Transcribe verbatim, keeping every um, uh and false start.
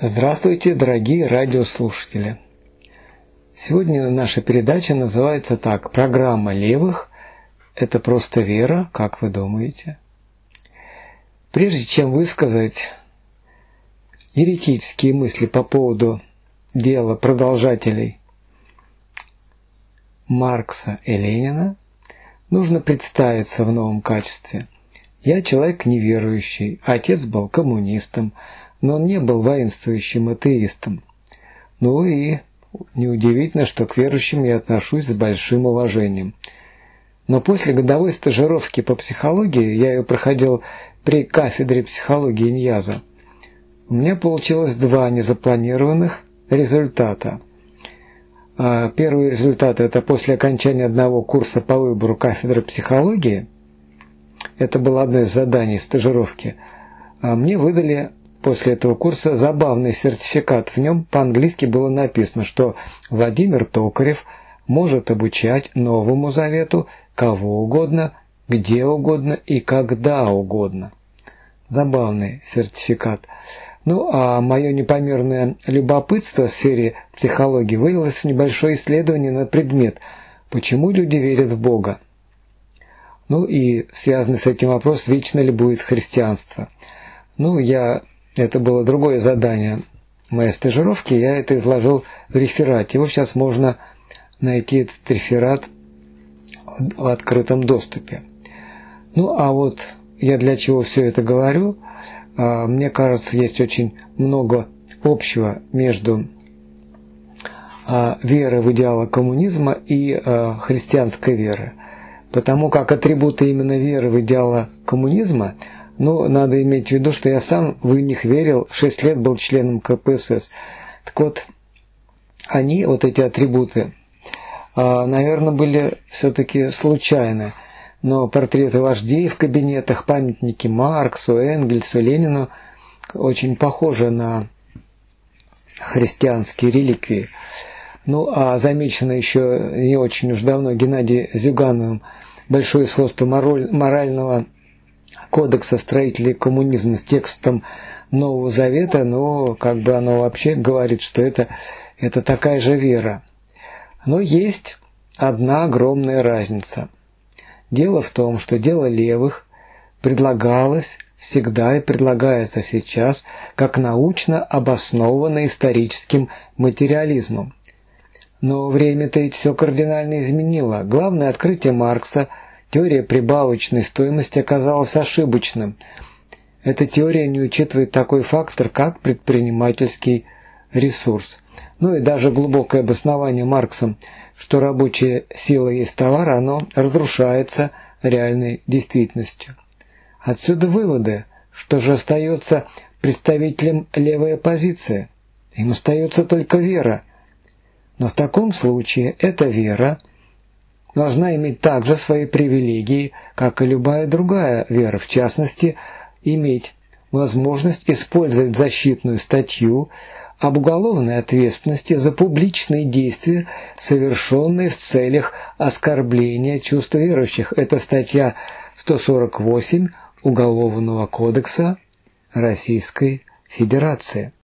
Здравствуйте, дорогие радиослушатели! Сегодня наша передача называется так: «Программа левых – это просто вера, как вы думаете?» Прежде чем высказать еретические мысли по поводу дела продолжателей Маркса и Ленина, нужно представиться в новом качестве. Я человек неверующий, отец был коммунистом, но он не был воинствующим атеистом. Ну и неудивительно, что к верующим я отношусь с большим уважением. Но после годовой стажировки по психологии, я ее проходил при кафедре психологии Иньяза, у меня получилось два незапланированных результата. Первый результат – это после окончания одного курса по выбору кафедры психологии. Это было одно из заданий стажировки. Мне выдали после этого курса забавный сертификат. В нем по-английски было написано, что Владимир Токарев может обучать Новому Завету кого угодно, где угодно и когда угодно. Забавный сертификат. Ну, а мое непомерное любопытство в сфере психологии вылилось в небольшое исследование на предмет, почему люди верят в Бога. Ну и связанный с этим вопрос, вечно ли будет христианство. Ну, я... Это было другое задание моей стажировки, я это изложил в реферате. Его сейчас можно найти, этот реферат, в открытом доступе. Ну, а вот я для чего все это говорю? Мне кажется, есть очень много общего между верой в идеалы коммунизма и христианской верой. Потому как атрибуты именно веры в идеалы коммунизма, ну, надо иметь в виду, что я сам в них верил, шесть лет был членом ка пэ эс эс. Так вот, они, вот эти атрибуты, наверное, были все-таки случайны. Но портреты вождей в кабинетах, памятники Марксу, Энгельсу, Ленину очень похожи на христианские реликвии. Ну, а замечено еще не очень уж давно Геннадием Зюгановым большое сходство морального кодекса строителей коммунизма с текстом Нового Завета, но как бы оно вообще говорит, что это, это такая же вера. Но есть одна огромная разница. Дело в том, что дело левых предлагалось всегда и предлагается сейчас как научно обоснованно историческим материализмом. Но время-то ведь все кардинально изменило. Главное открытие Маркса, теория прибавочной стоимости, оказалась ошибочным. Эта теория не учитывает такой фактор, как предпринимательский ресурс. Ну и даже глубокое обоснование Марксом, что рабочая сила есть товар, оно разрушается реальной действительностью. Отсюда выводы, что же остается представителем левой оппозиции. Им остается только вера. Но в таком случае эта вера должна иметь также свои привилегии, как и любая другая вера, в частности, иметь возможность использовать защитную статью об уголовной ответственности за публичные действия, совершенные в целях оскорбления чувств верующих. Это статья сто сорок восемь Уголовного кодекса Российской Федерации.